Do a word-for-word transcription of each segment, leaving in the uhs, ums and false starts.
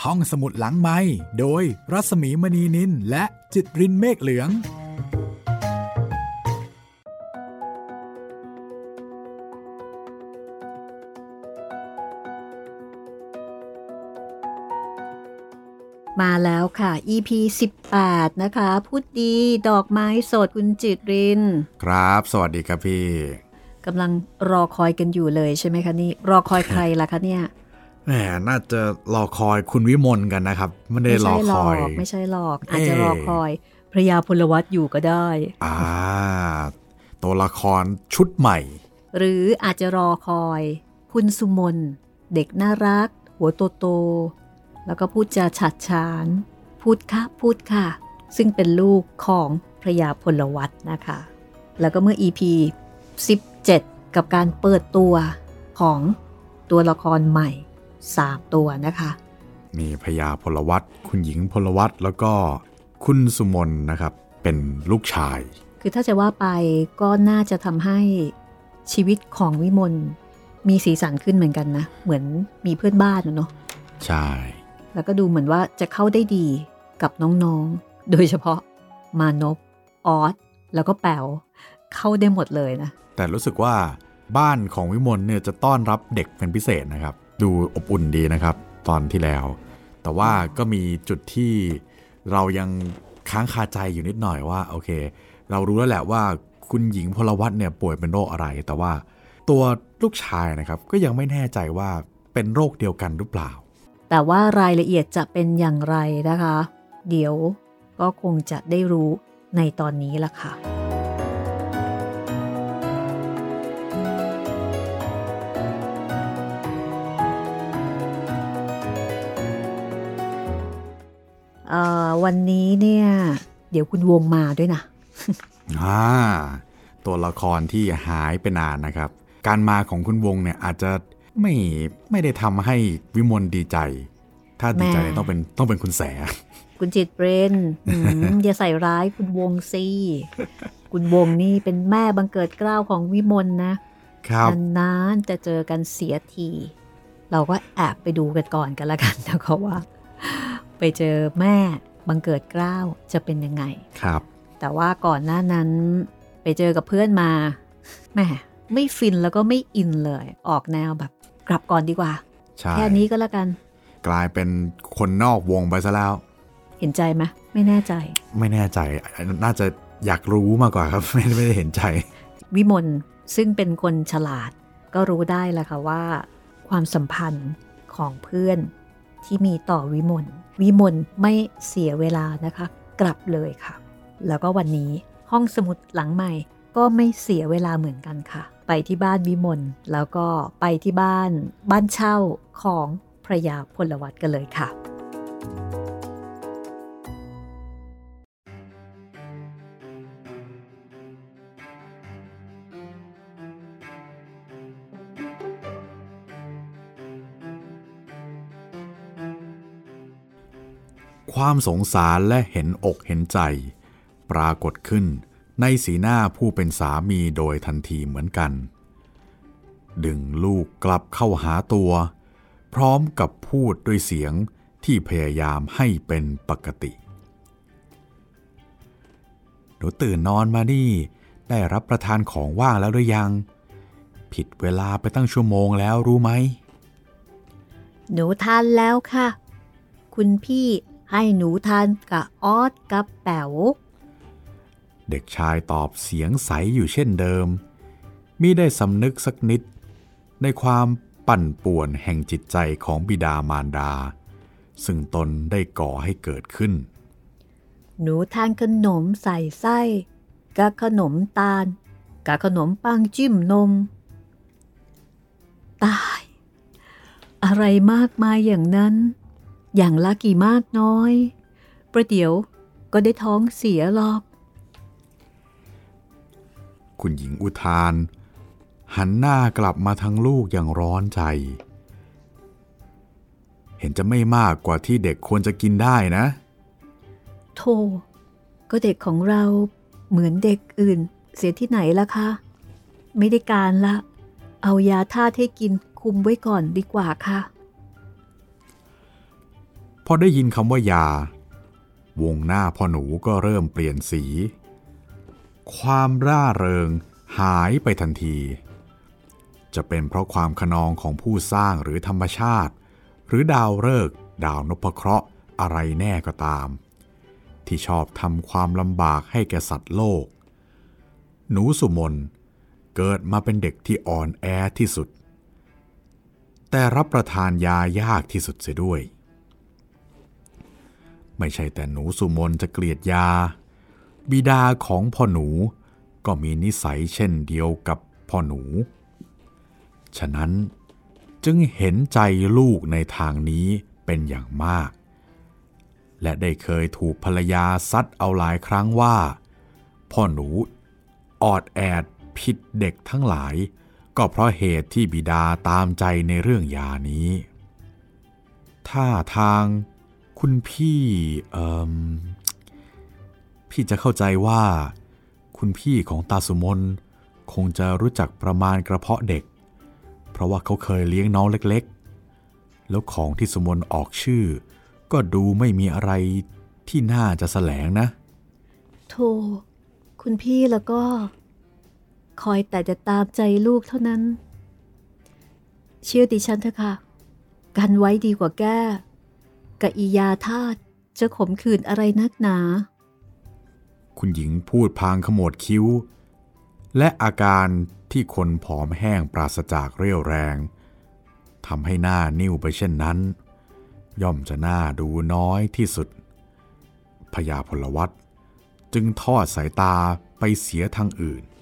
ห้องสมุดหลังไมค์โดยรัศมีมณีนินและจิตรินเมฆเหลืองมาแล้วค่ะ อี พี สิบแปดนะคะพูดดีดอกไม้สดคุณจิตรินครับสวัสดีครับพี่กำลังรอคอยกันอยู่เลยใช่ไหมคะนี่รอคอยใครล่ะคะเนี่ยแหมน่าจะรอคอยคุณวิมลกันนะครับไม่ได้รอคอยไม่ใช่หรอกอาจจะรอคอยพระยาพลวัตอยู่ก็ได้อ่าตัวละครชุดใหม่หรืออาจจะรอคอยคุณสุมนเด็กน่ารักหัวโตโตแล้วก็พูดจาฉัดฉานพูดค่ะพูดค่ะซึ่งเป็นลูกของพระยาพลวัตนะคะแล้วก็เมื่อ อี พี สิบเจ็ดกับการเปิดตัวของตัวละครใหม่สามตัวนะคะมีพระยาพลวัตคุณหญิงพลวัตแล้วก็คุณสุมนนะครับเป็นลูกชายคือถ้าจะว่าไปก็น่าจะทำให้ชีวิตของวิมลมีสีสันขึ้นเหมือนกันนะเหมือนมีเพื่อนบ้านเนาะใช่แล้วก็ดูเหมือนว่าจะเข้าได้ดีกับน้องๆโดยเฉพาะมานพออสแล้วก็แป๋วเข้าได้หมดเลยนะแต่รู้สึกว่าบ้านของวิมลเนี่ยจะต้อนรับเด็กเป็นพิเศษนะครับดูอบอุ่นดีนะครับตอนที่แล้วแต่ว่าก็มีจุดที่เรายังค้างคาใจอยู่นิดหน่อยว่าโอเคเรารู้แล้วแหละว่าคุณหญิงพลวัตเนี่ยป่วยเป็นโรคอะไรแต่ว่าตัวลูกชายนะครับก็ยังไม่แน่ใจว่าเป็นโรคเดียวกันหรือเปล่าแต่ว่ารายละเอียดจะเป็นอย่างไรนะคะเดี๋ยวก็คงจะได้รู้ในตอนนี้ล่ะค่ะวันนี้เนี่ยเดี๋ยวคุณวงมาด้วยนะอ่าตัวละครที่หายไปนานนะครับการมาของคุณวงเนี่ยอาจจะไม่ไม่ได้ทำให้วิมลดีใจถ้าดีใจต้องเป็นต้องเป็นคุณแสคุณจิตเรน อย่าใส่ร้ายคุณวงสิคุณวงนี่เป็นแม่บังเกิดเกล้าของวิมลนะครับนานๆจะเจอกันเสียทีเราก็แอบไปดูกันก่อนกันละกันนะคะว่าไปเจอแม่บังเกิดเกล้าจะเป็นยังไงครับแต่ว่าก่อนหน้านั้นไปเจอกับเพื่อนมาแม่ไม่ฟินแล้วก็ไม่อินเลยออกแนวแบบกลับก่อนดีกว่าแค่นี้ก็แล้วกันกลายเป็นคนนอกวงไปซะแล้วเห็นใจไหมไม่แน่ใจไม่แน่ใจน่าจะอยากรู้มากกว่าครับไม่ไม่ได้เห็นใจวิมลซึ่งเป็นคนฉลาดก็รู้ได้แหละค่ะว่าความสัมพันธ์ของเพื่อนที่มีต่อวิมลวิมลไม่เสียเวลานะคะกลับเลยค่ะแล้วก็วันนี้ห้องสมุดหลังใหม่ก็ไม่เสียเวลาเหมือนกันค่ะไปที่บ้านวิมลแล้วก็ไปที่บ้านบ้านเช่าของพระยาพลวัตกันเลยค่ะความสงสารและเห็นอกเห็นใจปรากฏขึ้นในสีหน้าผู้เป็นสามีโดยทันทีเหมือนกันดึงลูกกลับเข้าหาตัวพร้อมกับพูดด้วยเสียงที่พยายามให้เป็นปกติหนูตื่นนอนมานี่ได้รับประทานของว่างแล้วหรือยังผิดเวลาไปตั้งชั่วโมงแล้วรู้ไหมหนูทานแล้วค่ะคุณพี่ให้หนูทานกับออสกับแป๋วเด็กชายตอบเสียงใสอยู่เช่นเดิมมิได้สำนึกสักนิดในความปั่นป่วนแห่งจิตใจของบิดามารดาซึ่งตนได้ก่อให้เกิดขึ้นหนูทานขนมใส่ไส้กับขนมตาลกับขนมปังจิ้มนมตายอะไรมากมายอย่างนั้นอย่างละกี่มากน้อยประเดี๋ยวก็ได้ท้องเสียหรอกคุณหญิงอุทานหันหน้ากลับมาทางลูกอย่างร้อนใจเห็นจะไม่มากกว่าที่เด็กควรจะกินได้นะโธ่ก็เด็กของเราเหมือนเด็กอื่นเสียที่ไหนล่ะคะไม่ได้การละเอายาธาตุให้กินคุมไว้ก่อนดีกว่าค่ะพอได้ยินคำว่ายาวงหน้าพ่อหนูก็เริ่มเปลี่ยนสีความร่าเริงหายไปทันทีจะเป็นเพราะความขนองของผู้สร้างหรือธรรมชาติหรือดาวฤกษ์ดาวนพเคราะห์อะไรแน่ก็ตามที่ชอบทำความลำบากให้แก่สัตว์โลกหนูสุมนเกิดมาเป็นเด็กที่อ่อนแอที่สุดแต่รับประทานยายากที่สุดเสียด้วยไม่ใช่แต่หนูสุมนจะเกลียดยาบิดาของพ่อหนูก็มีนิสัยเช่นเดียวกับพ่อหนูฉะนั้นจึงเห็นใจลูกในทางนี้เป็นอย่างมากและได้เคยถูกภรรยาซัดเอาหลายครั้งว่าพ่อหนูออดแอดผิดเด็กทั้งหลายก็เพราะเหตุที่บิดาตามใจในเรื่องยานี้ถ้าทางคุณพี่เอ่อพี่จะเข้าใจว่าคุณพี่ของตาสุมนคงจะรู้จักประมาณกระเพาะเด็กเพราะว่าเขาเคยเลี้ยงน้องเล็กๆแล้วของที่สุมนออกชื่อก็ดูไม่มีอะไรที่น่าจะแสลงนะโธ่คุณพี่แล้วก็คอยแต่จะตามใจลูกเท่านั้นเชื่อดิฉันเถอะค่ะกันไว้ดีกว่าแก้กะอียาธาตุจะขมขื่นอะไรนักหนาคุณหญิงพูดพลางขมวดคิ้วและอาการที่คนผอมแห้งปราศจากเรี่ยวแรงทำให้หน้านิ่วไปเช่นนั้นย่อมจะน่าดูน้อยที่สุดพญาพลวัตจึงทอดสายตาไปเสียทางอื่น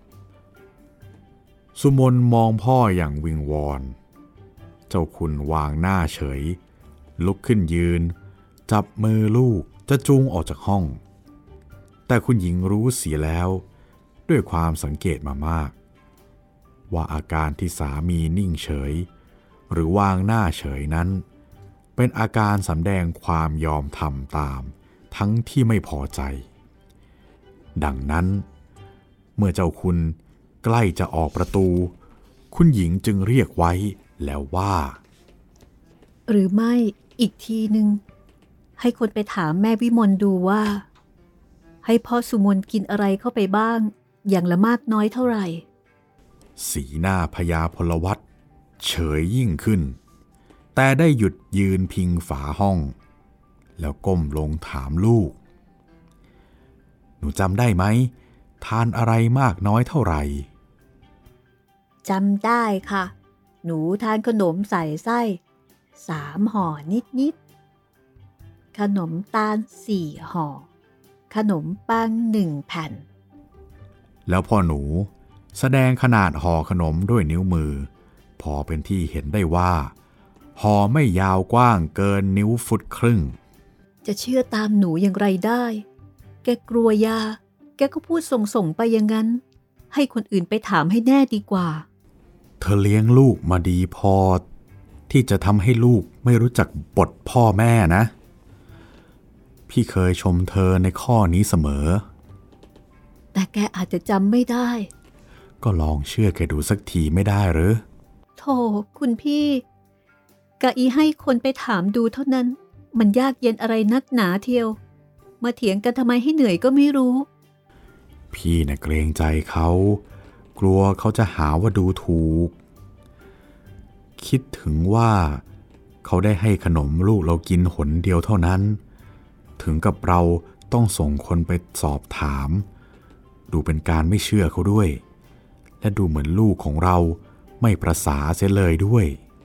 สุมนมองพ่ออย่างวิงวอนเจ้าคุณวางหน้าเฉยลุกขึ้นยืนจับมือลูกจะจูงออกจากห้องแต่คุณหญิงรู้เสียแล้วด้วยความสังเกตมามากว่าอาการที่สามีนิ่งเฉยหรือวางหน้าเฉยนั้นเป็นอาการสำแดงความยอมทำตามทั้งที่ไม่พอใจดังนั้นเมื่อเจ้าคุณใกล้จะออกประตูคุณหญิงจึงเรียกไว้แล้วว่าหรือไม่อีกทีหนึ่งให้คนไปถามแม่วิมลดูว่าให้พ่อสุมนกินอะไรเข้าไปบ้างอย่างละมากน้อยเท่าไหร่สีหน้าพญาพลวัตเฉยยิ่งขึ้นแต่ได้หยุดยืนพิงฝาห้องแล้วก้มลงถามลูกหนูจำได้ไหมทานอะไรมากน้อยเท่าไหร่จำได้ค่ะหนูทานขนมใส่ไส้สามห่อนิดๆขนมตาลสี่ห่อขนมปังหนึ่งแผ่นแล้วพ่อหนูแสดงขนาดห่อขนมด้วยนิ้วมือพอเป็นที่เห็นได้ว่าห่อไม่ยาวกว้างเกินนิ้วฟุตครึ่งจะเชื่อตามหนูอย่างไรได้แกกลัวยาแกก็พูดส่งๆไปอย่างนั้นให้คนอื่นไปถามให้แน่ดีกว่าเธอเลี้ยงลูกมาดีพอที่จะทำให้ลูกไม่รู้จักบทพ่อแม่นะพี่เคยชมเธอในข้อนี้เสมอแต่แกอาจจะจำไม่ได้ก็ลองเชื่อแกดูสักทีไม่ได้หรือโธ่คุณพี่กะอีให้คนไปถามดูเท่านั้นมันยากเย็นอะไรนักหนาเทียวมาเถียงกันทำไมให้เหนื่อยก็ไม่รู้พี่น่ะเกรงใจเขากลัวเขาจะหาว่าดูถูกคิดถึงว่าเขาได้ให้ขนมลูกเรากินหนเดียวเท่านั้นถึงกับเราต้องส่งคนไปสอบถามดูเป็นการไม่เชื่อเขาด้วยและดูเหมือนลูกของเราไม่ประสาเสียเลยด้วย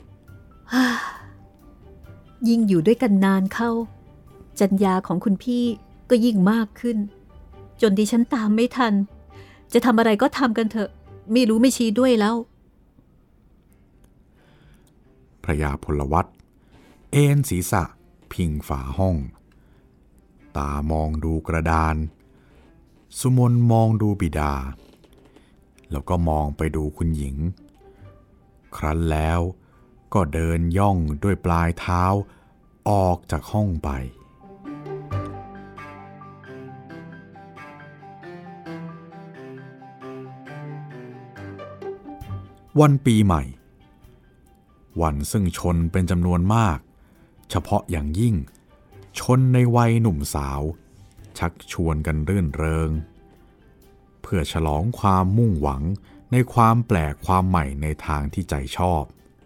ยิ่งอยู่ด้วยกันนานเข้าจัญญาของคุณพี่ก็ยิ่งมากขึ้นจนดิฉันตามไม่ทันจะทำอะไรก็ทำกันเถอะไม่รู้ไม่ชี้ด้วยแล้วพระยาพลวัตเอนศีรษะพิงฝาห้องตามองดูกระดานสุมนมองดูบิดาแล้วก็มองไปดูคุณหญิงครั้นแล้วก็เดินย่องด้วยปลายเท้าออกจากห้องไปวันปีใหม่วันซึ่งชนเป็นจำนวนมากเฉพาะอย่างยิ่งชนในวัยหนุ่มสาวชักชวนกันรื่นเริงเพื่อฉลองความมุ่งหวังในความแปลกความใหม่ในทางที่ใจชอบ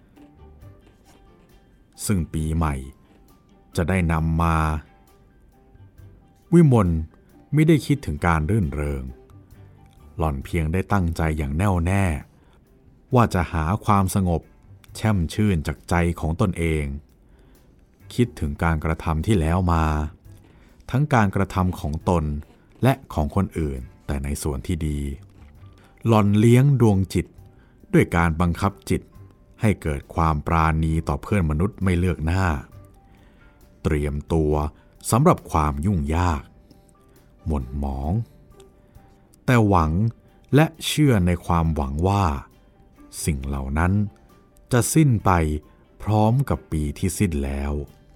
ซึ่งปีใหม่จะได้นำมาวิมลไม่ได้คิดถึงการรื่นเริงหล่อนเพียงได้ตั้งใจอย่างแน่วแน่ว่าจะหาความสงบแช่มชื่นจากใจของตนเองคิดถึงการกระทำที่แล้วมาทั้งการกระทำของตนและของคนอื่นแต่ในส่วนที่ดีหล่อนเลี้ยงดวงจิตด้วยการบังคับจิตให้เกิดความปราณีต่อเพื่อนมนุษย์ไม่เลือกหน้าเตรียมตัวสำหรับความยุ่งยากหม่นหมองแต่หวังและเชื่อในความหวังว่าสิ่งเหล่านั้นจะสิ้นไปพร้อมกับปีที่สิ้นแล้ว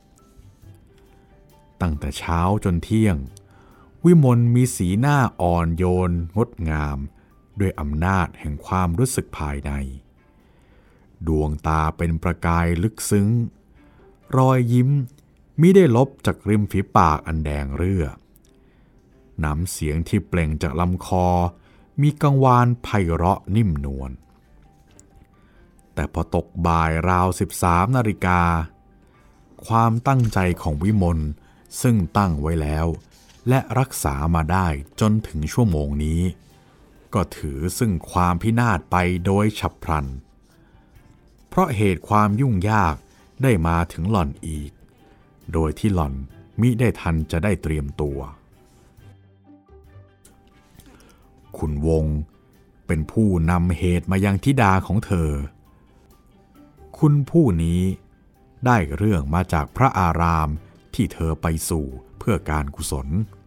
ตั้งแต่เช้าจนเที่ยงวิมลมีสีหน้าอ่อนโยนงดงามด้วยอำนาจแห่งความรู้สึกภายในดวงตาเป็นประกายลึกซึ้งรอยยิ้มมิได้ลบจากริมฝีปากอันแดงเรื่อน้ำเสียงที่เปล่งจากลำคอมีกังวานไพเราะนิ่มนวลแต่พอตกบ่ายราวสิบสามนาฬิกาความตั้งใจของวิมลซึ่งตั้งไว้แล้วและรักษามาได้จนถึงชั่วโมงนี้ก็ถือซึ่งความพินาศไปโดยฉับพลันเพราะเหตุความยุ่งยากได้มาถึงหล่อนอีกโดยที่หล่อนมิได้ทันจะได้เตรียมตัวคุณวงเป็นผู้นำเหตุมายังธิดาของเธอคุณผู้นี้ได้เรื่องมาจากพระอารามที่เธอไปสู่เพื่อการกุศล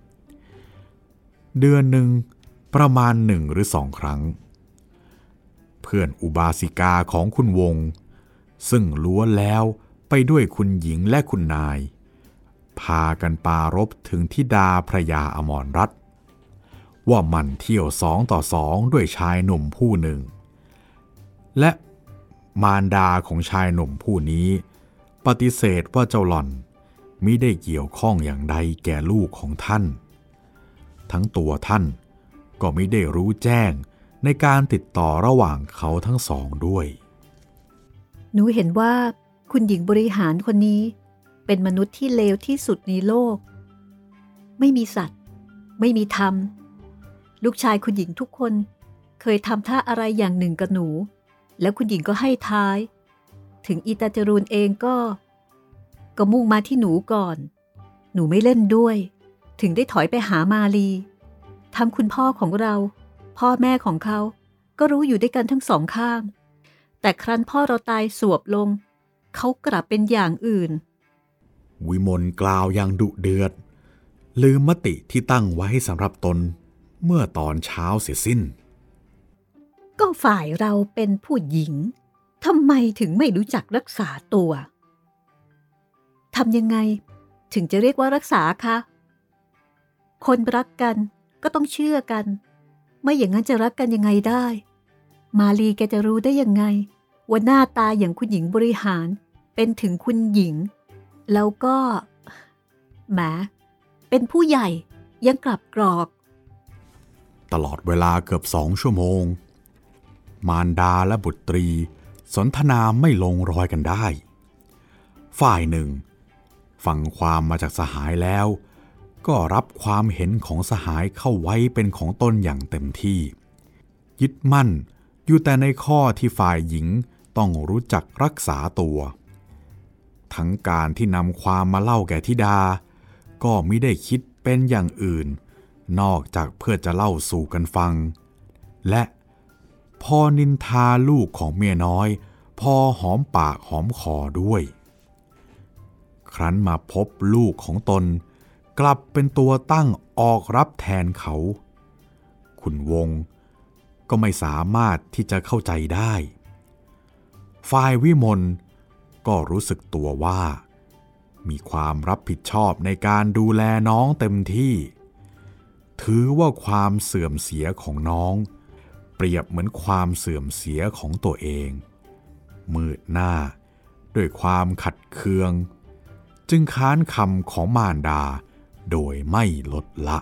เดือนหนึ่งประมาณหนึ่งหรือสองครั้งเพื่อนอุบาสิกาของคุณวงซึ่งล้วนแล้วไปด้วยคุณหญิงและคุณนายพากันปารภถึงธิดาพระยาอมรรัตน์ว่ามันเที่ยวสองต่อสองด้วยชายหนุ่มผู้หนึ่งและมารดาของชายหนุ่มผู้นี้ปฏิเสธว่าเจ้าหล่อนมิได้เกี่ยวข้องอย่างใดแก่ลูกของท่านทั้งตัวท่านก็มิได้รู้แจ้งในการติดต่อระหว่างเขาทั้งสองด้วยหนูเห็นว่าคุณหญิงบริหารคนนี้เป็นมนุษย์ที่เลวที่สุดในโลกไม่มีสัตว์ไม่มีธรรมลูกชายคุณหญิงทุกคนเคยทำท่าอะไรอย่างหนึ่งกับหนูแล้วคุณหญิงก็ให้ท้ายถึงอีตาจรูนเองก็ก็มุ่งมาที่หนูก่อนหนูไม่เล่นด้วยถึงได้ถอยไปหามาลีทำคุณพ่อของเราพ่อแม่ของเขาก็รู้อยู่ด้วยกันทั้งสองข้างแต่ครั้นพ่อเราตายสวบลงเขากลับเป็นอย่างอื่นวิมลกล่าวอย่างดุเดือดลืมมติที่ตั้งไว้สำหรับตนเมื่อตอนเช้าเสียสิ้นก็ฝ่ายเราเป็นผู้หญิงทำไมถึงไม่รู้จักรักษาตัวทำยังไงถึงจะเรียกว่ารักษาคะคนรักกันก็ต้องเชื่อกันไม่อย่างนั้นจะรักกันยังไงได้มาลีแกจะรู้ได้ยังไงว่าหน้าตาอย่างคุณหญิงบริหารเป็นถึงคุณหญิงแล้วก็แหมเป็นผู้ใหญ่ยังกลับกรอกตลอดเวลาเกือบสองชั่วโมงมารดาและบุตรีสนทนาไม่ลงรอยกันได้ฝ่ายหนึ่งฟังความมาจากสหายแล้วก็รับความเห็นของสหายเข้าไว้เป็นของตนอย่างเต็มที่ยึดมั่นอยู่แต่ในข้อที่ฝ่ายหญิงต้องรู้จักรักษาตัวทั้งการที่นำความมาเล่าแก่ธิดาก็มิได้คิดเป็นอย่างอื่นนอกจากเพื่อจะเล่าสู่กันฟังและพอนินทาลูกของเมียน้อยพอหอมปากหอมคอด้วยครั้นมาพบลูกของตนกลับเป็นตัวตั้งออกรับแทนเขาคุณวงก็ไม่สามารถที่จะเข้าใจได้ฝ่ายวิมลก็รู้สึกตัวว่ามีความรับผิดชอบในการดูแลน้องเต็มที่ถือว่าความเสื่อมเสียของน้องเปรียบเหมือนความเสื่อมเสียของตัวเองมืดหน้าด้วยความขัดเคืองจึงค้านคำของมารดาโดยไม่ลดละ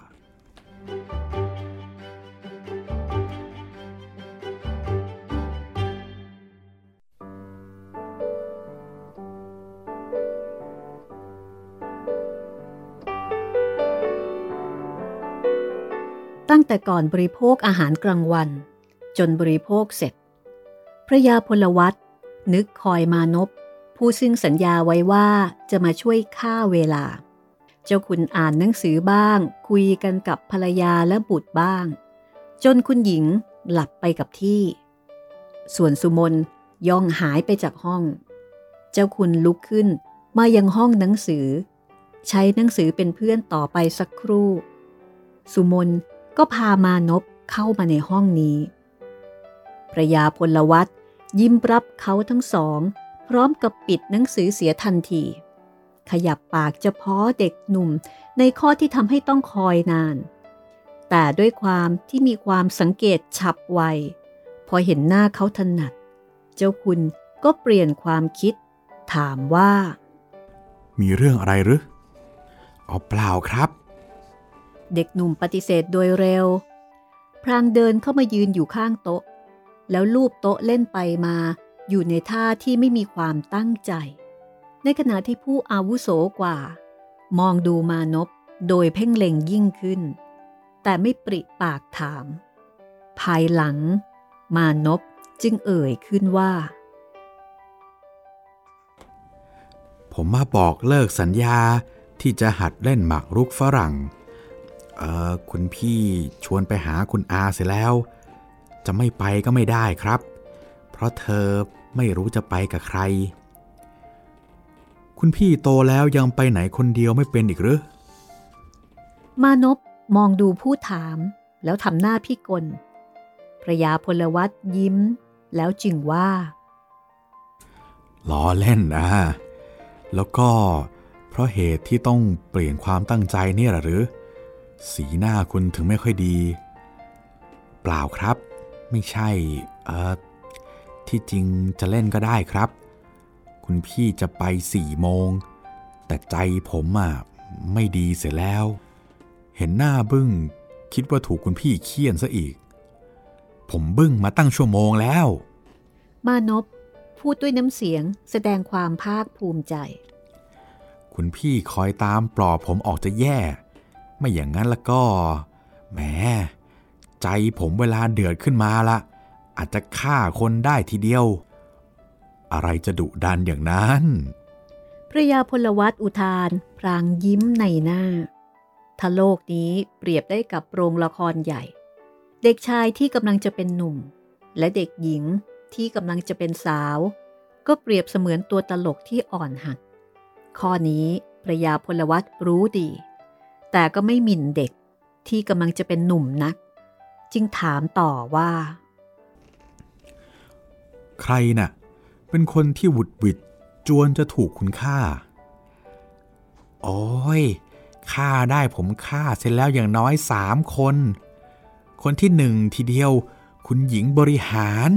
ตั้งแต่ก่อนบริโภคอาหารกลางวันจนบริโภคเสร็จพระยาพลวัตนึกคอยมานพผู้ซึ่งสัญญาไว้ว่าจะมาช่วยฆ่าเวลาเจ้าคุณอ่านหนังสือบ้างคุยกันกับภรรยาและบุตรบ้างจนคุณหญิงหลับไปกับที่ส่วนสุมนย่องหายไปจากห้องเจ้าคุณลุกขึ้นมายังห้องหนังสือใช้หนังสือเป็นเพื่อนต่อไปสักครู่สุมนก็พามานพเข้ามาในห้องนี้พระยาพลวัตยิ้มรับเขาทั้งสองพร้อมกับปิดหนังสือเสียทันทีขยับปากจะพ้อเด็กหนุ่มในข้อที่ทำให้ต้องคอยนานแต่ด้วยความที่มีความสังเกตฉับไวพอเห็นหน้าเขาถนัดเจ้าคุณก็เปลี่ยนความคิดถามว่ามีเรื่องอะไรหรืออ๋อเปล่าครับเด็กหนุ่มปฏิเสธโดยเร็วพลางเดินเข้ามายืนอยู่ข้างโต๊ะแล้วลูบโต๊ะเล่นไปมาอยู่ในท่าที่ไม่มีความตั้งใจในขณะที่ผู้อาวุโสกว่ามองดูมานพโดยเพ่งเล็งยิ่งขึ้นแต่ไม่ปริปากถามภายหลังมานพจึงเอ่ยขึ้นว่าผมมาบอกเลิกสัญญาที่จะหัดเล่นหมากรุกฝรั่งเออคุณพี่ชวนไปหาคุณอาเสียแล้วจะไม่ไปก็ไม่ได้ครับเพราะเธอไม่รู้จะไปกับใครคุณพี่โตแล้วยังไปไหนคนเดียวไม่เป็นอีกหรือมานพมองดูผู้ถามแล้วทำหน้าพิกลพระยาพลวัตยิ้มแล้วจึงว่าล้อเล่นนะแล้วก็เพราะเหตุที่ต้องเปลี่ยนความตั้งใจเนี่ยหรือสีหน้าคุณถึงไม่ค่อยดีเปล่าครับไม่ใช่เอ่อที่จริงจะเล่นก็ได้ครับคุณพี่จะไปสี่โมงแต่ใจผมอ่ะไม่ดีเสียแล้วเห็นหน้าบึ้งคิดว่าถูกคุณพี่เคี่ยนซะอีกผมบึ้งมาตั้งชั่วโมงแล้วมานพพูดด้วยน้ำเสียงแสดงความภาคภูมิใจคุณพี่คอยตามปลอบผมออกจะแย่ไม่อย่างนั้นแล้วก็แหมใจผมเวลาเดือดขึ้นมาละอาจจะฆ่าคนได้ทีเดียวอะไรจะดุดันอย่างนั้นพระยาพลวัตอุทานพลางยิ้มในหน้าถ้าโลกนี้เปรียบได้กับโรงละครใหญ่เด็กชายที่กำลังจะเป็นหนุ่มและเด็กหญิงที่กำลังจะเป็นสาวก็เปรียบเสมือนตัวตลกที่อ่อนหัดข้อนี้พระยาพลวัตรู้ดีแต่ก็ไม่หมิ่นเด็กที่กำลังจะเป็นหนุ่มนักจึงถามต่อว่าใครน่ะเป็นคนที่หวุดหวิดจวนจะถูกคุณฆ่าโอ้ยฆ่าได้ผมฆ่าเสร็จแล้วอย่างน้อยสามคนคนที่หนึ่งทีเดียวคุณหญิงบริหาร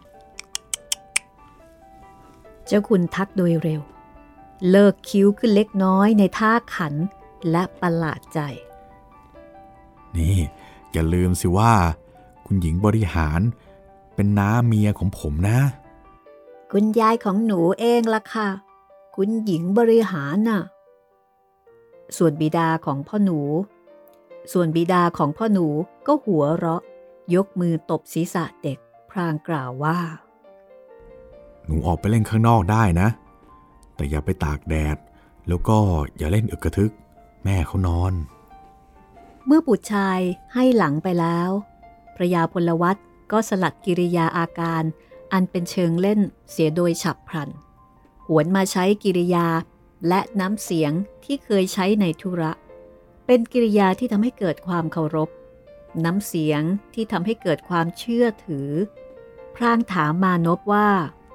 เจ้าคุณทักโดยเร็วเลิกคิ้วขึ้นเล็กน้อยในท่าขันและประหลาดใจนี่อย่าลืมสิว่าคุณหญิงบริหารเป็นน้าเมียของผมนะคุณยายของหนูเองล่ะค่ะคุณหญิงบริหารน่ะส่วนบิดาของพ่อหนูส่วนบิดาของพ่อหนูก็หัวเราะยกมือตบศีรษะเด็กพลางกล่าวว่าหนูออกไปเล่นข้างนอกได้นะแต่อย่าไปตากแดดแล้วก็อย่าเล่นอึกกระทึกแม่เขานอนเมื่อบุตรชายให้หลังไปแล้วพระยาพลวัตก็สลัดกิริยาอาการอันเป็นเชิงเล่นเสียโดยฉับพลันหวนมาใช้กิริยาและน้ำเสียงที่เคยใช้ในธุระเป็นกิริยาที่ทำให้เกิดความเคารพน้ำเสียงที่ทำให้เกิดความเชื่อถือพลางถามมานพว่า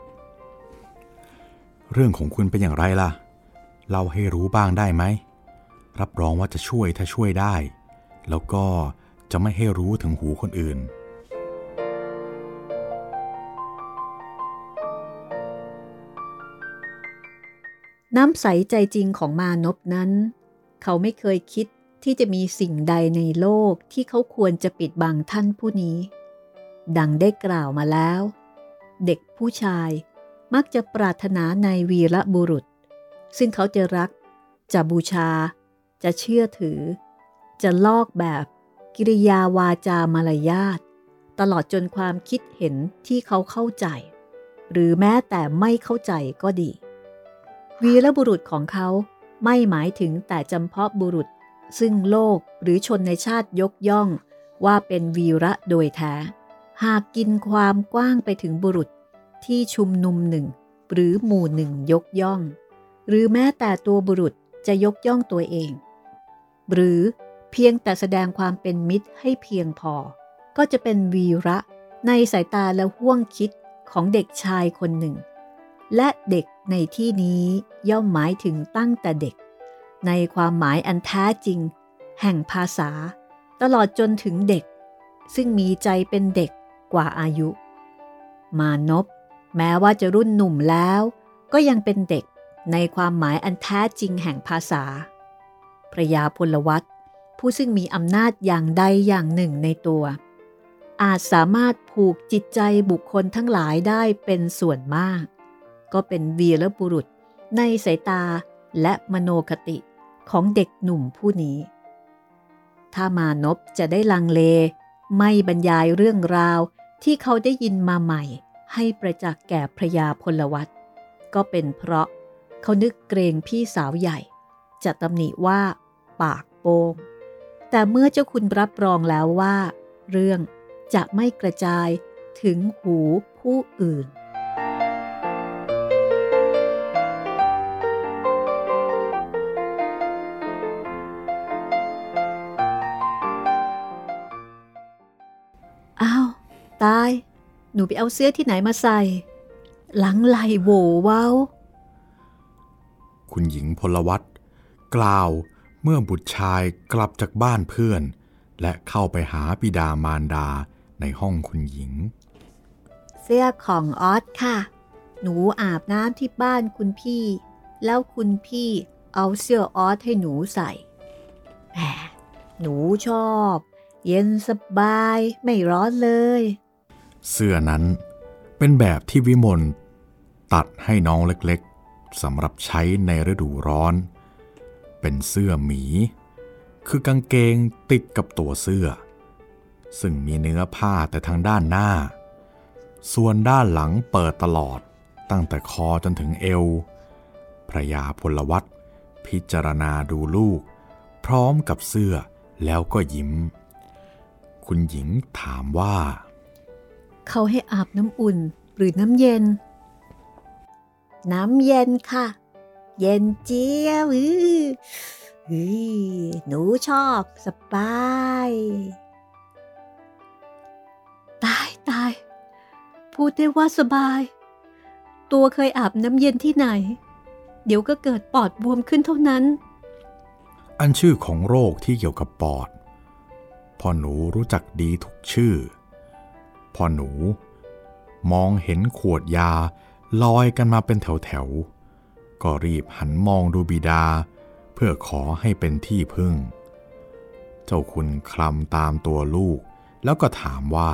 เรื่องของคุณเป็นอย่างไรล่ะเล่าให้รู้บ้างได้ไหมรับรองว่าจะช่วยถ้าช่วยได้แล้วก็จะไม่ให้รู้ถึงหูคนอื่นน้ำใสใจจริงของมานพนั้นเขาไม่เคยคิดที่จะมีสิ่งใดในโลกที่เขาควรจะปิดบังท่านผู้นี้ดังได้กล่าวมาแล้วเด็กผู้ชายมักจะปรารถนาในวีรบุรุษซึ่งเขาจะรักจะบูชาจะเชื่อถือจะลอกแบบกิริยาวาจามารยาทตลอดจนความคิดเห็นที่เขาเข้าใจหรือแม้แต่ไม่เข้าใจก็ดีวีรบุรุษของเขาไม่หมายถึงแต่จำเพาะบุรุษซึ่งโลกหรือชนในชาติยกย่องว่าเป็นวีระโดยแท้หากกินความกว้างไปถึงบุรุษที่ชุมนุมหนึ่งหรือหมู่หนึ่งยกย่องหรือแม้แต่ตัวบุรุษจะยกย่องตัวเองหรือเพียงแต่แสดงความเป็นมิตรให้เพียงพอก็จะเป็นวีระในสายตาและห้วงคิดของเด็กชายคนหนึ่งและเด็กในที่นี้ย่อมหมายถึงตั้งแต่เด็กในความหมายอันแท้จริงแห่งภาษาตลอดจนถึงเด็กซึ่งมีใจเป็นเด็กกว่าอายุมานพแม้ว่าจะรุ่นหนุ่มแล้วก็ยังเป็นเด็กในความหมายอันแท้จริงแห่งภาษาพระยาพลวัตผู้ซึ่งมีอำนาจอย่างใดอย่างหนึ่งในตัวอาจสามารถผูกจิตใจบุคคลทั้งหลายได้เป็นส่วนมากก็เป็นวีรบุรุษในสายตาและมโนคติของเด็กหนุ่มผู้นี้ถ้ามานพจะได้ลังเลไม่บรรยายเรื่องราวที่เขาได้ยินมาใหม่ให้ประจักษ์แก่พระยาพลวัตก็เป็นเพราะเขานึกเกรงพี่สาวใหญ่จะตำหนิว่าปากโป้งแต่เมื่อเจ้าคุณรับรองแล้วว่าเรื่องจะไม่กระจายถึงหูผู้อื่นอ้าวตายหนูไปเอาเสื้อที่ไหนมาใส่หลังไหลโหวเว้าคุณหญิงพลวัตกล่าวเมื่อบุตรชายกลับจากบ้านเพื่อนและเข้าไปหาบิดามารดาในห้องคุณหญิงเสื้อของออสค่ะหนูอาบน้ำที่บ้านคุณพี่แล้วคุณพี่เอาเสื้อออสให้หนูใส่แหมหนูชอบเย็นสบายไม่ร้อนเลยเสื้อนั้นเป็นแบบที่วิมลตัดให้น้องเล็กๆสำหรับใช้ในฤดูร้อนเป็นเสื้อหมีคือกางเกงติดกับตัวเสื้อซึ่งมีเนื้อผ้าแต่ทางด้านหน้าส่วนด้านหลังเปิดตลอดตั้งแต่คอจนถึงเอวพระยาพลวัตพิจารณาดูลูกพร้อมกับเสื้อแล้วก็ยิ้มคุณหญิงถามว่าเขาให้อาบน้ำอุ่นหรือน้ำเย็นน้ำเย็นค่ะเย็นเจี๊ยบอื้ออื้อหนูชอบสบายตายตายพูดได้ว่าสบายตัวเคยอาบน้ำเย็นที่ไหนเดี๋ยวก็เกิดปอดบวมขึ้นเท่านั้นอันชื่อของโรคที่เกี่ยวกับปอดพ่อหนูรู้จักดีทุกชื่อพ่อหนูมองเห็นขวดยาลอยกันมาเป็นแถวๆก็รีบหันมองดูบิดาเพื่อขอให้เป็นที่พึ่งเจ้าคุณคลำตามตัวลูกแล้วก็ถามว่า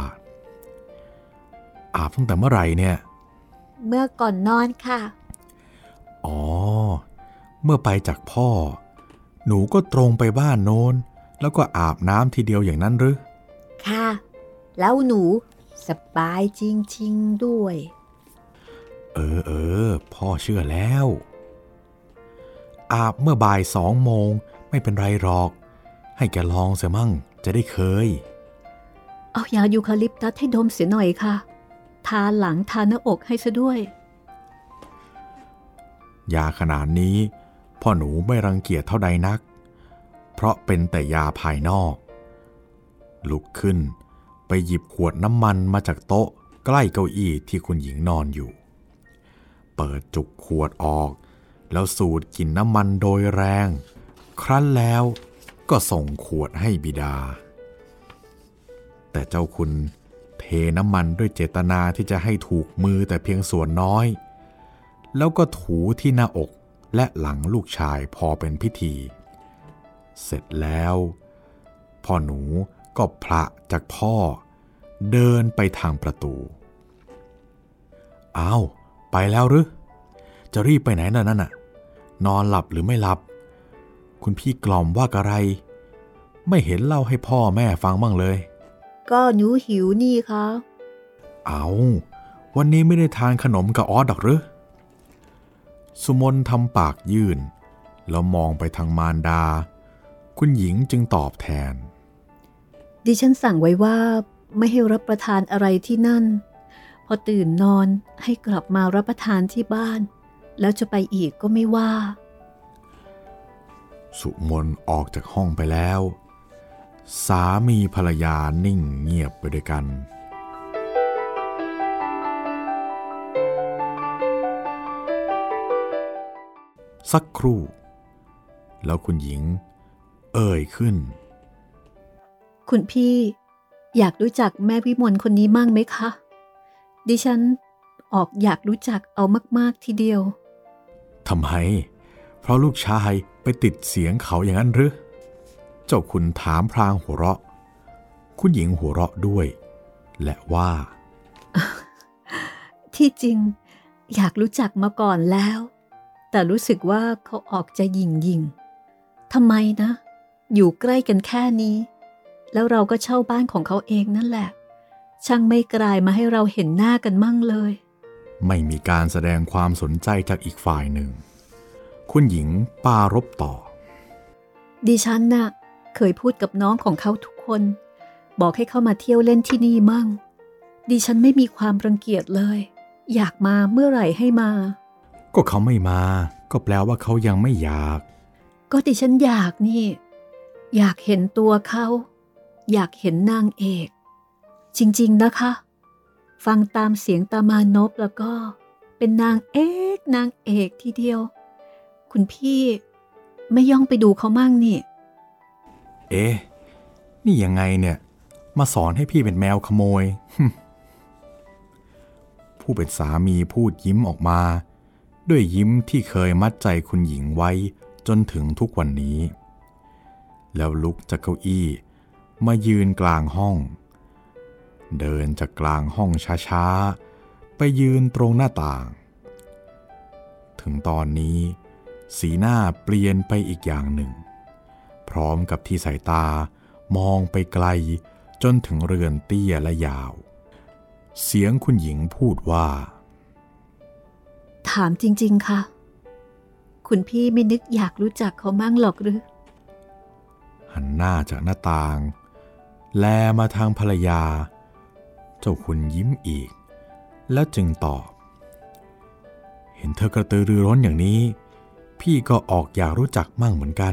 อาบตั้งแต่เมื่อไหร่เนี่ยเมื่อก่อนนอนค่ะอ๋อเมื่อไปจากพ่อหนูก็ตรงไปบ้านโน้นแล้วก็อาบน้ำทีเดียวอย่างนั้นหรือค่ะแล้วหนูสบายจริงๆด้วยเออเออพ่อเชื่อแล้วอาบเมื่อบ่ายสองโมงไม่เป็นไรหรอกให้แกลองเสียมั่งจะได้เคยเอายายูคาลิปตัสให้ดมเสียหน่อยค่ะทาหลังทาหน้าอกให้ซะด้วยยาขนาดนี้พ่อหนูไม่รังเกียจเท่าใดนักเพราะเป็นแต่ยาภายนอกลุกขึ้นไปหยิบขวดน้ำมันมาจากโต๊ะใกล้เก้าอี้ที่คุณหญิงนอนอยู่เปิดจุกขวดออกแล้วสูดกลิ่นน้ำมันโดยแรงครั้นแล้วก็ส่งขวดให้บิดาแต่เจ้าคุณเทน้ำมันด้วยเจตนาที่จะให้ถูกมือแต่เพียงส่วนน้อยแล้วก็ถูที่หน้าอกและหลังลูกชายพอเป็นพิธีเสร็จแล้วพ่อหนูก็พละจากพ่อเดินไปทางประตูอ้าวไปแล้วหรือจะรีบไปไหนน่ะนั่นน่ะนอนหลับหรือไม่หลับคุณพี่กล่อมว่ากะไรไม่เห็นเล่าให้พ่อแม่ฟังบ้างเลยก็หนูหิวนี่คะเอาวันนี้ไม่ได้ทานขนมกับออสดอกหรือสุมนทำปากยื่นแล้วมองไปทางมารดาคุณหญิงจึงตอบแทนดิฉันสั่งไว้ว่าไม่ให้รับประทานอะไรที่นั่นพอตื่นนอนให้กลับมารับประทานที่บ้านแล้วจะไปอีกก็ไม่ว่าสุมนออกจากห้องไปแล้วสามีภรรยานิ่งเงียบไปด้วยกันสักครู่แล้วคุณหญิงเอ่ยขึ้นคุณพี่อยากรู้จักแม่วิมลคนนี้มั่งไหมคะดิฉันออกอยากรู้จักเอามากๆทีเดียวทำไมเพราะลูกชายไปติดเสียงเขาอย่างนั้นหรือเจ้าคุณถามพลางหัวเราะคุณหญิงหัวเราะด้วยและว่าที่จริงอยากรู้จักมาก่อนแล้วแต่รู้สึกว่าเขาออกจะหยิ่งหยิ่งทำไมนะอยู่ใกล้กันแค่นี้แล้วเราก็เช่าบ้านของเขาเองนั่นแหละช่างไม่กลายมาให้เราเห็นหน้ากันมั่งเลยไม่มีการแสดงความสนใจจากอีกฝ่ายหนึ่งคุณหญิงปารภต่อดิฉันน่ะเคยพูดกับน้องของเขาทุกคนบอกให้เข้ามาเที่ยวเล่นที่นี่มั่งดิฉันไม่มีความรังเกียจเลยอยากมาเมื่อไหร่ให้มาก็เขาไม่มาก็แปลว่าเขายังไม่อยากก็ดิฉันอยากนี่อยากเห็นตัวเขาอยากเห็นนางเอกจริงๆนะคะฟังตามเสียงตามานพแล้วก็เป็นนางเอกนางเอกทีเดียวคุณพี่ไม่ย่องไปดูเขามั่งนี่เอ๊ะนี่ยังไงเนี่ยมาสอนให้พี่เป็นแมวขโมย ผู้เป็นสามีพูดยิ้มออกมาด้วยยิ้มที่เคยมัดใจคุณหญิงไว้จนถึงทุกวันนี้แล้วลุกจากเก้าอี้มายืนกลางห้องเดินจากกลางห้องช้าๆไปยืนตรงหน้าต่างถึงตอนนี้สีหน้าเปลี่ยนไปอีกอย่างหนึ่งพร้อมกับที่สายตามองไปไกลจนถึงเรือนเตี้ยและยาวเสียงคุณหญิงพูดว่าถามจริงๆค่ะคุณพี่ไม่นึกอยากรู้จักเขามั่งหรอกหรือหันหน้าจากหน้าต่างแลมาทางภรรยาเจ้าคุณยิ้มอีกแล้วจึงตอบเห็นเธอกระตือรือร้นอย่างนี้พี่ก็ออกอยากรู้จักมั่งเหมือนกัน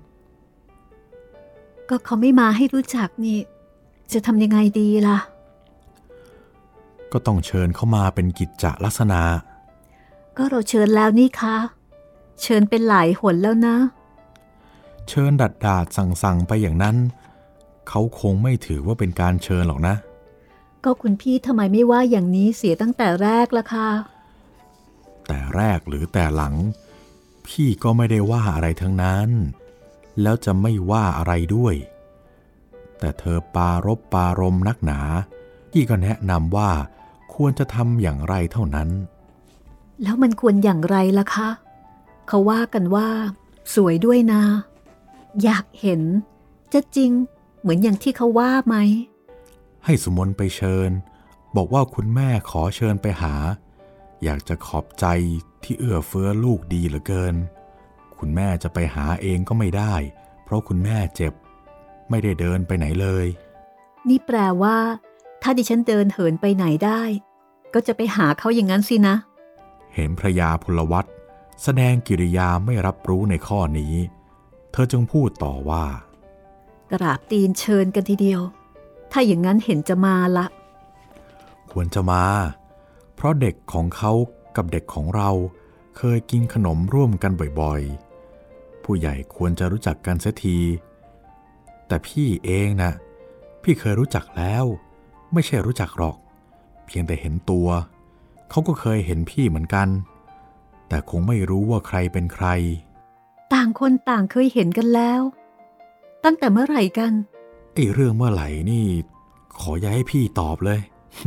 ก็เขาไม่มาให้รู้จักนี่จะทำยังไงดีล่ะก็ต้องเชิญเขามาเป็นกิจจลักษณะก็เราเชิญแล้วนี่คะเชิญเป็นหลายหนแล้วนะเชิญดัดดาดสั่งสั่งไปอย่างนั้นเขาคงไม่ถือว่าเป็นการเชิญหรอกนะก็คุณพี่ทำไมไม่ว่าอย่างนี้เสียตั้งแต่แรกล่ะคะแต่แรกหรือแต่หลังพี่ก็ไม่ได้ว่าอะไรทั้งนั้นแล้วจะไม่ว่าอะไรด้วยแต่เธอปารภปารมนักหนาพี่ก็แนะนำว่าควรจะทำอย่างไรเท่านั้นแล้วมันควรอย่างไรล่ะคะเขาว่ากันว่าสวยด้วยนะอยากเห็นจะจริงเหมือนอย่างที่เขาว่าไหมให้สุมนไปเชิญบอกว่าคุณแม่ขอเชิญไปหาอยากจะขอบใจที่เอื้อเฟื้อลูกดีเหลือเกินคุณแม่จะไปหาเองก็ไม่ได้เพราะคุณแม่เจ็บไม่ได้เดินไปไหนเลยนี่แปลว่าถ้าดิฉันเดินเหินไปไหนได้ก็จะไปหาเขาอย่างนั้นสินะเห็นพระยาพลวัตแสดงกิริยาไม่รับรู้ในข้อนี้เธอจึงพูดต่อว่ากราบตีนเชิญกันทีเดียวถ้าอย่างนั้นเห็นจะมาละควรจะมาเพราะเด็กของเขากับเด็กของเราเคยกินขนมร่วมกันบ่อยๆผู้ใหญ่ควรจะรู้จักกันเสียทีแต่พี่เองนะพี่เคยรู้จักแล้วไม่ใช่รู้จักหรอกเพียงแต่เห็นตัวเขาก็เคยเห็นพี่เหมือนกันแต่คงไม่รู้ว่าใครเป็นใครต่างคนต่างเคยเห็นกันแล้วตั้งแต่เมื่อไหร่กันไอ้เรื่องเมื่อไหร่นี่ขออย่าให้พี่ตอบเลย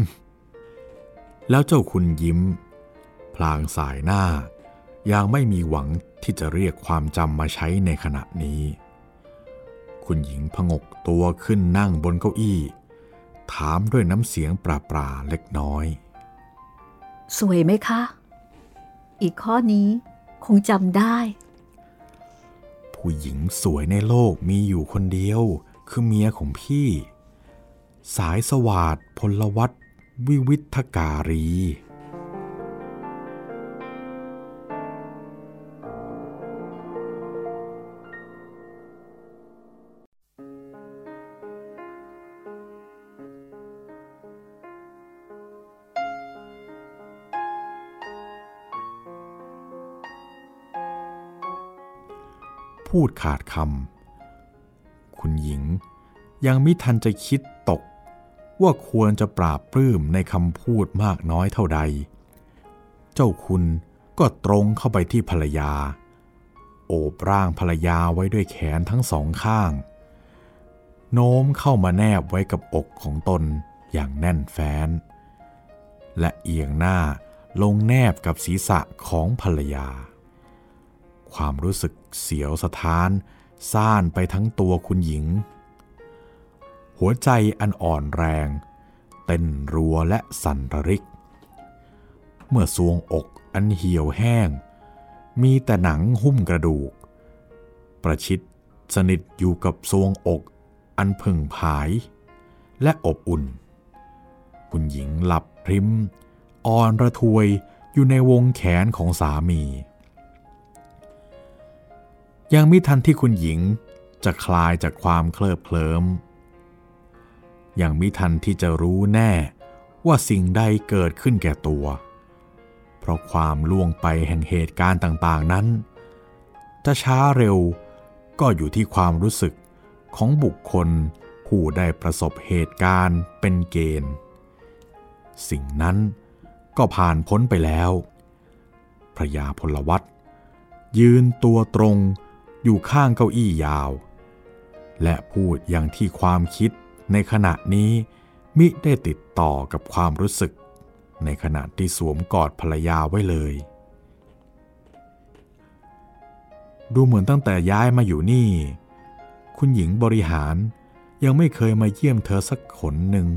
แล้วเจ้าคุณยิ้มพลางสายหน้าอย่างไม่มีหวังที่จะเรียกความจำมาใช้ในขณะนี้คุณหญิงผงกตัวขึ้นนั่งบนเก้าอี้ถามด้วยน้ำเสียงปราๆเล็กน้อยสวยไหมคะอีกข้อนี้คงจำได้ผู้หญิงสวยในโลกมีอยู่คนเดียวคือเมียของพี่สายสวาทพลวัตวิวิทการีพูดขาดคำคุณหญิงยังมิทันจะคิดตกว่าควรจะปราบปลื้มในคำพูดมากน้อยเท่าใดเจ้าคุณก็ตรงเข้าไปที่ภรรยาโอบร่างภรรยาไว้ด้วยแขนทั้งสองข้างโน้มเข้ามาแนบไว้กับอกของตนอย่างแน่นแฟ้นและเอียงหน้าลงแนบกับศีรษะของภรรยาความรู้สึกเสียวสะท้านซ่านไปทั้งตัวคุณหญิงหัวใจอันอ่อนแรงเต้นรัวและสั่นระริกเมื่อทรวงอกอันเหี่ยวแห้งมีแต่หนังหุ้มกระดูกประชิดสนิทอยู่กับทรวงอกอันผึ่งผายและอบอุ่นคุณหญิงหลับพริ้มอ่อนระทวยอยู่ในวงแขนของสามียังมิทันที่คุณหญิงจะคลายจากความเคลิบเคลิ้มยังมิทันที่จะรู้แน่ว่าสิ่งใดเกิดขึ้นแก่ตัวเพราะความล่วงไปแห่งเหตุการณ์ต่างๆนั้นจะช้าเร็วก็อยู่ที่ความรู้สึกของบุคคลผู้ได้ประสบเหตุการณ์เป็นเกณฑ์สิ่งนั้นก็ผ่านพ้นไปแล้วพระยาพลวัตยืนตัวตรงอยู่ข้างเก้าอี้ยาวและพูดอย่างที่ความคิดในขณะนี้มิได้ติดต่อกับความรู้สึกในขณะที่สวมกอดภรรยาไว้เลยดูเหมือนตั้งแต่ย้ายมาอยู่นี่คุณหญิงบริหารยังไม่เคยมาเยี่ยมเธอสักขนหนึ่ง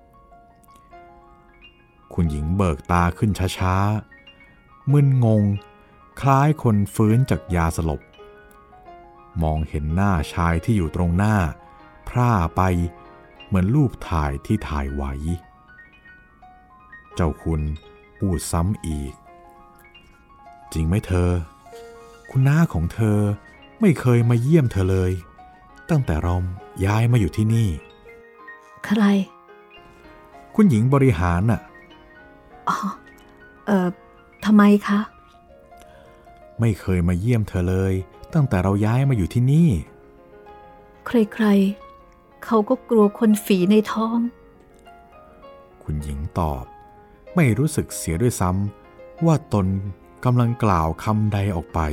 คุณหญิงเบิกตาขึ้นช้าๆมึนงงคล้ายคนฟื้นจากยาสลบมองเห็นหน้าชายที่อยู่ตรงหน้าพร่าไปเหมือนรูปถ่ายที่ถ่ายไว้เจ้าคุณพูดซ้ำอีกจริงไหมเธอคุณน้าของเธอไม่เคยมาเยี่ยมเธอเลยตั้งแต่เราย้ายมาอยู่ที่นี่ใครคุณหญิงบริหารน่ะอ๋อเอ่อทำไมคะไม่เคยมาเยี่ยมเธอเลยตั้งแต่เราย้ายมาอยู่ที่นี่ใครๆเขาก็กลัวคนฝีในท้องคุณหญิงตอบไม่รู้สึกเสียด้วยซ้ำว่าตนกำลังกล่าวคำใดออกไป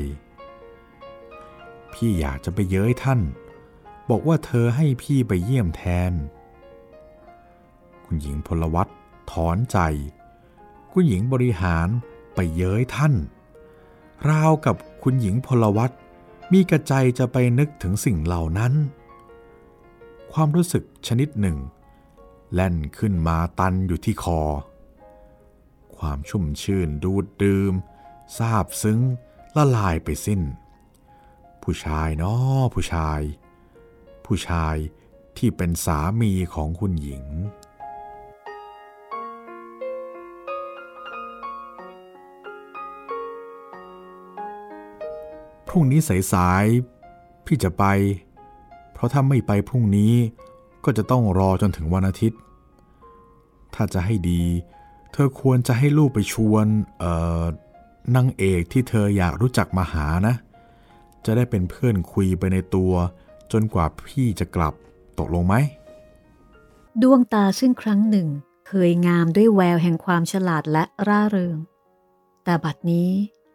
พี่อยากจะไปเย้ยท่านบอกว่าเธอให้พี่ไปเยี่ยมแทนคุณหญิงพลวัตถอนใจคุณหญิงบริหารไปเย้ยท่านราวกับคุณหญิงพลวัตมีกระใจจะไปนึกถึงสิ่งเหล่านั้นความรู้สึกชนิดหนึ่งแล่นขึ้นมาตันอยู่ที่คอความชุ่มชื่นดูดดื่มซาบซึ้งละลายไปสิ้นผู้ชายน้อผู้ชายผู้ชายที่เป็นสามีของคุณหญิงพรุ่งนี้สายๆพี่จะไปเพราะถ้าไม่ไปพรุ่งนี้ก็จะต้องรอจนถึงวันอาทิตย์ถ้าจะให้ดีเธอควรจะให้ลูกไปชวนเอ่อนางเอกที่เธออยากรู้จักมาหานะจะได้เป็นเพื่อนคุยไปในตัวจนกว่าพี่จะกลับตกลงไหมดวงตาซึ่งครั้งหนึ่งเคยงามด้วยแววแห่งความฉลาดและร่าเริงแต่บัดนี้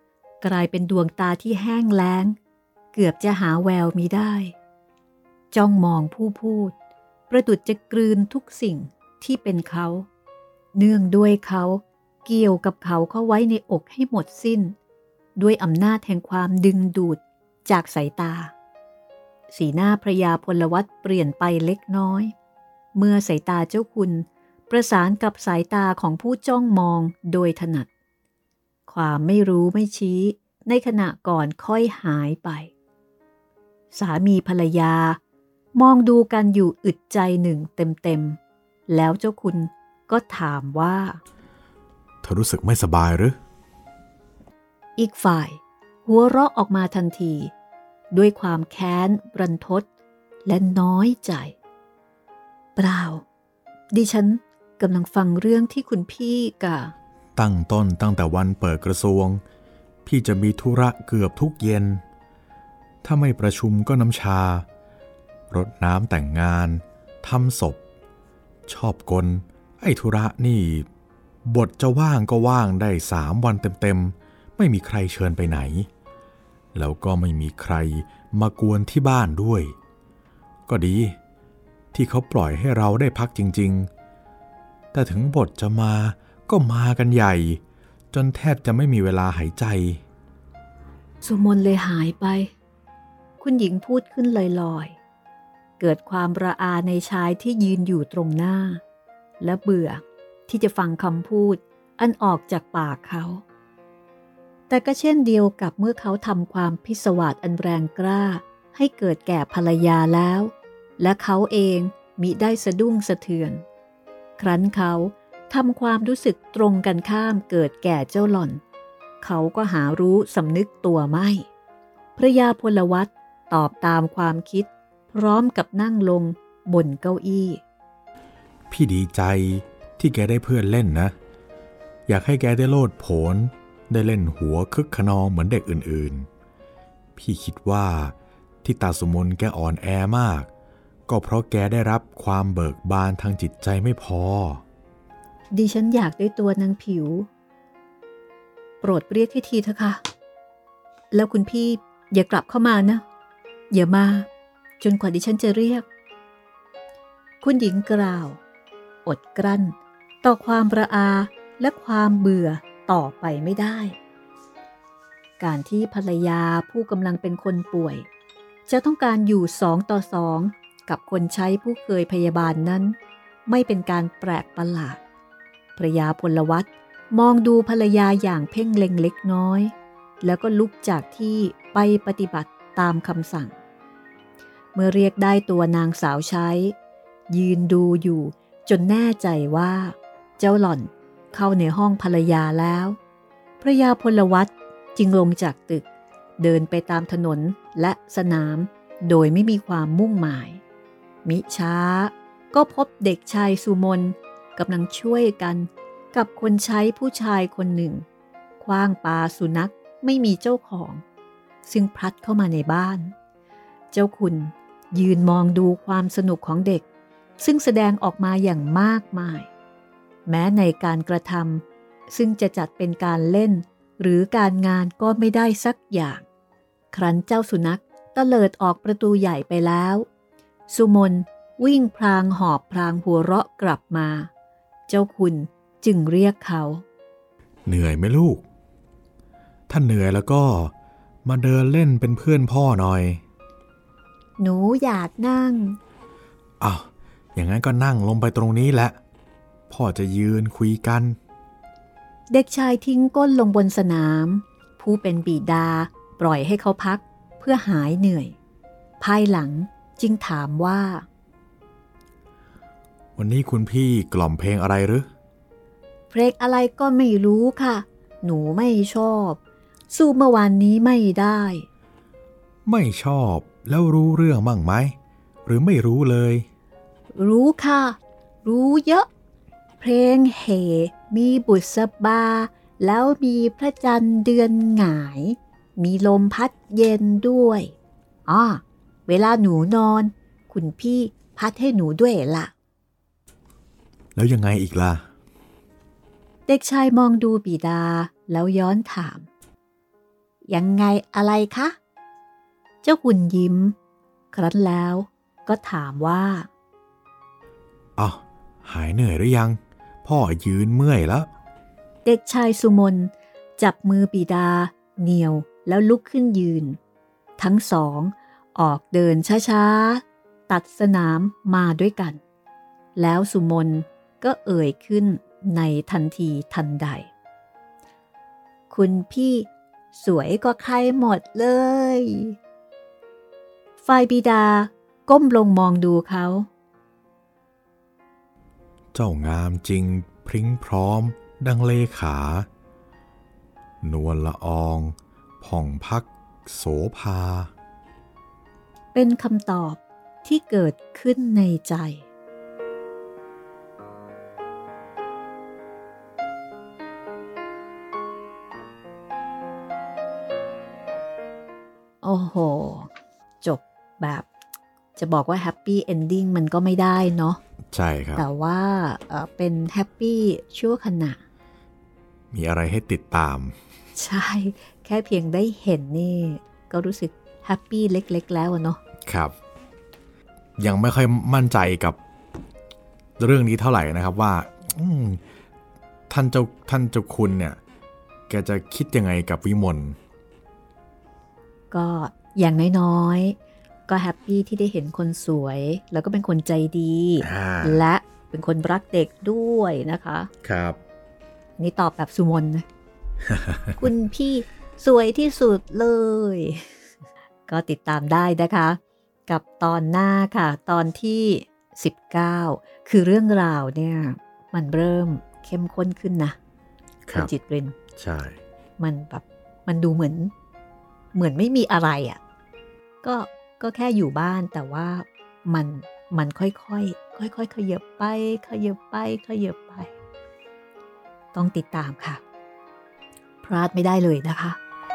กลายเป็นดวงตาที่แห้งแล้งเกือบจะหาแววมิได้จ้องมองผู้พูดประดุจจะกลืนทุกสิ่งที่เป็นเขาเนื่องด้วยเขาเกี่ยวกับเขาเข้าไว้ในอกให้หมดสิ้นด้วยอำนาจแห่งความดึงดูดจากสายตาสีหน้าพระยาพลวัตเปลี่ยนไปเล็กน้อยเมื่อสายตาเจ้าคุณประสานกับสายตาของผู้จ้องมองโดยถนัดความไม่รู้ไม่ชี้ในขณะก่อนค่อยหายไปสามีภรรยามองดูกันอยู่อึดใจหนึ่งเต็มๆแล้วเจ้าคุณก็ถามว่าเธอรู้สึกไม่สบายหรืออีกฝ่ายหัวเราะออกมาทันทีด้วยความแค้นรันทดและน้อยใจเปล่าดิฉันกำลังฟังเรื่องที่คุณพี่กะตั้งต้นตั้งแต่วันเปิดกระทรวงพี่จะมีธุระเกือบทุกเย็นถ้าไม่ประชุมก็น้ำชารดน้ำแต่งงานทำศพชอบกลไอ้ธุระนี่บทจะว่างก็ว่างได้สามวันเต็มๆไม่มีใครเชิญไปไหนแล้วก็ไม่มีใครมากวนที่บ้านด้วยก็ดีที่เขาปล่อยให้เราได้พักจริงๆแต่ถึงบทจะมาก็มากันใหญ่จนแทบจะไม่มีเวลาหายใจสุมนเลยหายไปคุณหญิงพูดขึ้นลอยๆเกิดความระอาในชายที่ยืนอยู่ตรงหน้าและเบื่อที่จะฟังคำพูดอันออกจากปากเขาแต่ก็เช่นเดียวกับเมื่อเขาทำความพิศวาสอันแรงกล้าให้เกิดแก่ภรรยาแล้วและเขาเองมิได้สะดุ้งสะเทือนครั้นเขาทำความรู้สึกตรงกันข้ามเกิดแก่เจ้าหล่อนเขาก็หารู้สำนึกตัวไม่พระยาพลวัตตอบตามความคิดพร้อมกับนั่งลงบนเก้าอี้พี่ดีใจที่แกได้เพื่อนเล่นนะอยากให้แกได้โลดโผนได้เล่นหัวคึกขนองเหมือนเด็กอื่นๆพี่คิดว่าที่ตาสุมนแกอ่อนแอมากก็เพราะแกได้รับความเบิกบานทางจิตใจไม่พอดิฉันอยากได้ตัวนางผิวโปรดเรียกให้ทีเถอะค่ะแล้วคุณพี่อย่ากลับเข้ามานะอย่ามาจนกว่าดิฉันจะเรียกคุณหญิงกล่าวอดกลั้นต่อความระอาและความเบื่อต่อไปไม่ได้การที่ภรรยาผู้กำลังเป็นคนป่วยจะต้องการอยู่สองต่อสองกับคนใช้ผู้เคยพยาบาลนั้นไม่เป็นการแปลกประหลาดพระยาพลวัตมองดูภรรยาอย่างเพ่งเล็งเล็กน้อยแล้วก็ลุกจากที่ไปปฏิบัติตามคำสั่งเมื่อเรียกได้ตัวนางสาวใช้ยืนดูอยู่จนแน่ใจว่าเจ้าหล่อนเข้าในห้องภรรยาแล้วพระยาพลวัตจึงลงจากตึกเดินไปตามถนนและสนามโดยไม่มีความมุ่งหมายมิช้าก็พบเด็กชายสุมนกำลังช่วยกันกับคนใช้ผู้ชายคนหนึ่งขว้างปาสุนัขไม่มีเจ้าของซึ่งพลัดเข้ามาในบ้านเจ้าคุณยืนมองดูความสนุกของเด็กซึ่งแสดงออกมาอย่างมากมายแม้ในการกระทำซึ่งจะจัดเป็นการเล่นหรือการงานก็ไม่ได้สักอย่างครั้นเจ้าสุนัขตะเลิดออกประตูใหญ่ไปแล้วสุมนวิ่งพลางหอบพลางหัวเราะกลับมาเจ้าคุณจึงเรียกเขาเหนื่อยไหมลูกถ้าเหนื่อยแล้วก็มาเดินเล่นเป็นเพื่อนพ่อหน่อยหนูอยากนั่งอ้าวอย่างนั้นก็นั่งลงไปตรงนี้แหละพ่อจะยืนคุยกันเด็กชายทิ้งก้นลงบนสนามผู้เป็นบิดาปล่อยให้เขาพักเพื่อหายเหนื่อยภายหลังจึงถามว่าวันนี้คุณพี่กล่อมเพลงอะไรหรือเพลงอะไรก็ไม่รู้ค่ะหนูไม่ชอบสู้เมื่อวานนี้ไม่ได้ไม่ชอบแล้วรู้เรื่องบ้างไหมหรือไม่รู้เลยรู้ค่ะรู้เยอะเพลงเหมีบุษบาแล้วมีพระจันทร์เดือนหงายมีลมพัดเย็นด้วยอ้อเวลาหนูนอนคุณพี่พัดให้หนูด้วยล่ะแล้วยังไงอีกล่ะเด็กชายมองดูบิดาแล้วย้อนถามยังไงอะไรคะเจ้าหุ่นยิ้มครั้นแล้วก็ถามว่าอ้าวหายเหนื่อยหรือยังพ่อยืนเมื่อยแล้วเด็กชายสุมนจับมือบิดาเหนี่ยวแล้วลุกขึ้นยืนทั้งสองออกเดินช้าๆตัดสนามมาด้วยกันแล้วสุมนก็เอ่ยขึ้นในทันทีทันใดคุณพี่สวยกว่าใครหมดเลยฝ่ายบิดาก้มลงมองดูเขาเจ้างามจริงพริ้งพร้อมดังเลขานวลละอองผ่องพักโสภาเป็นคำตอบที่เกิดขึ้นในใจโอ้โหจบแบบจะบอกว่าแฮปปี้เอนดิ้งมันก็ไม่ได้เนาะใช่ครับแต่ว่าเอ่อเป็นแฮปปี้ชั่วขณะมีอะไรให้ติดตามใช่แค่เพียงได้เห็นนี่ก็รู้สึกแฮปปี้เล็กๆแล้วเนาะครับยังไม่ค่อยมั่นใจกับเรื่องนี้เท่าไหร่นะครับว่าท่านเจ้าท่านเจ้าคุณเนี่ยแกจะคิดยังไงกับวิมลก็อย่างน้อยๆก็แฮปปี้ที่ได้เห็นคนสวยแล้วก็เป็นคนใจดีและเป็นคนรักเด็กด้วยนะคะครับนี่ตอบแบบสุมนนะ คุณพี่สวยที่สุดเลยก็ติดตามได้นะคะกับตอนหน้าค่ะตอนที่สิบเก้าคือเรื่องราวเนี่ยมันเริ่มเข้มข้นขึ้นนะคุณจิตรินใช่มันแบบมันดูเหมือนเหมือนไม่มีอะไรอ่ะก็ก็แค่อยู่บ้านแต่ว่ามันมันค่อยๆค่อยๆขยับไปขยับไปขยับไปต้องติดตามค่ะพลาดไม่ได้เลยนะคะ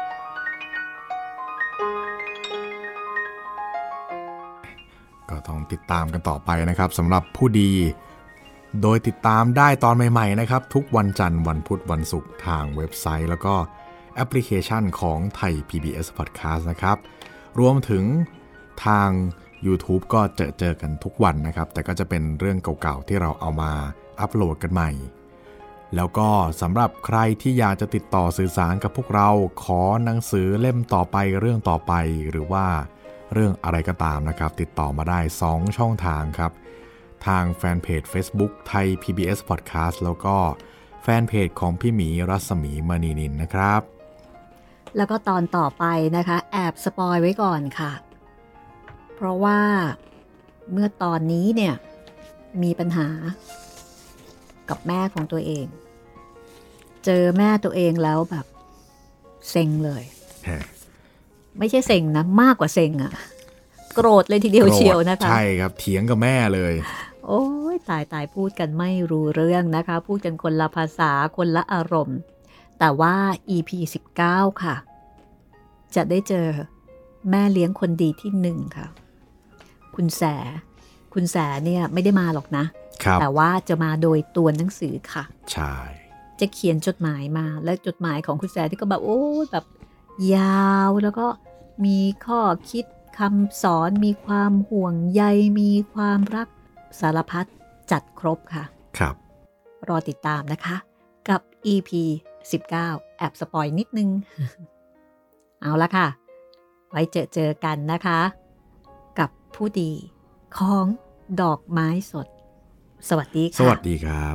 ก็ต้องติดตามกันต่อไปนะครับสำหรับผู้ดีโดยติดตามได้ตอนใหม่ๆนะครับทุกวันจันทร์วันพุธวันศุกร์ทางเว็บไซต์แล้วก็แอปพลิเคชันของไทย พี บี เอส Podcast นะครับรวมถึงทาง YouTube ก็เจอเจอกันทุกวันนะครับแต่ก็จะเป็นเรื่องเก่าๆที่เราเอามาอัปโหลดกันใหม่แล้วก็สำหรับใครที่อยากจะติดต่อสื่อสารกับพวกเราขอหนังสือเล่มต่อไปเรื่องต่อไปหรือว่าเรื่องอะไรก็ตามนะครับติดต่อมาได้สองช่องทางครับทางแฟนเพจ Facebook ไทย พี บี เอส Podcast แล้วก็แฟนเพจของพี่หมีรัศมีมณีนินนะครับแล้วก็ตอนต่อไปนะคะแอบสปอยไว้ก่อนค่ะเพราะว่าเมื่อตอนนี้เนี่ยมีปัญหากับแม่ของตัวเองเจอแม่ตัวเองแล้วแบบเซ็งเลยไม่ใช่เซ็งนะมากกว่าเซ็งอะโกรธเลยทีเดียวเชียวนะคะใช่ครับเถียงกับแม่เลยโอ้ยตายตายพูดกันไม่รู้เรื่องนะคะพูดกันคนละภาษาคนละอารมณ์แต่ว่า อี พี สิบเก้าค่ะจะได้เจอแม่เลี้ยงคนดีที่หนึ่งค่ะคุณแสคุณแสเนี่ยไม่ได้มาหรอกนะแต่ว่าจะมาโดยตัวหนังสือค่ะใช่จะเขียนจดหมายมาและจดหมายของคุณแสที่ก็แบบโอ้แบบยาวแล้วก็มีข้อคิดคำสอนมีความห่วงใยมีความรักสารพัดจัดครบค่ะครับรอติดตามนะคะกับ อี พี สิบเก้าแอบสปอยนิดนึง เอาละค่ะไว้เจอเจอกันนะคะกับผู้ดีของดอกไม้สดสวัสดีค่ะสวัสดีครับ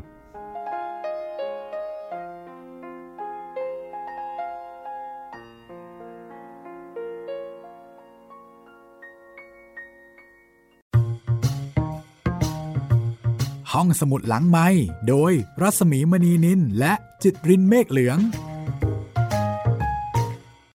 ห้องสมุดหลังไมค์โดยรัศมีมณีนินและจิตรินเมฆเหลือง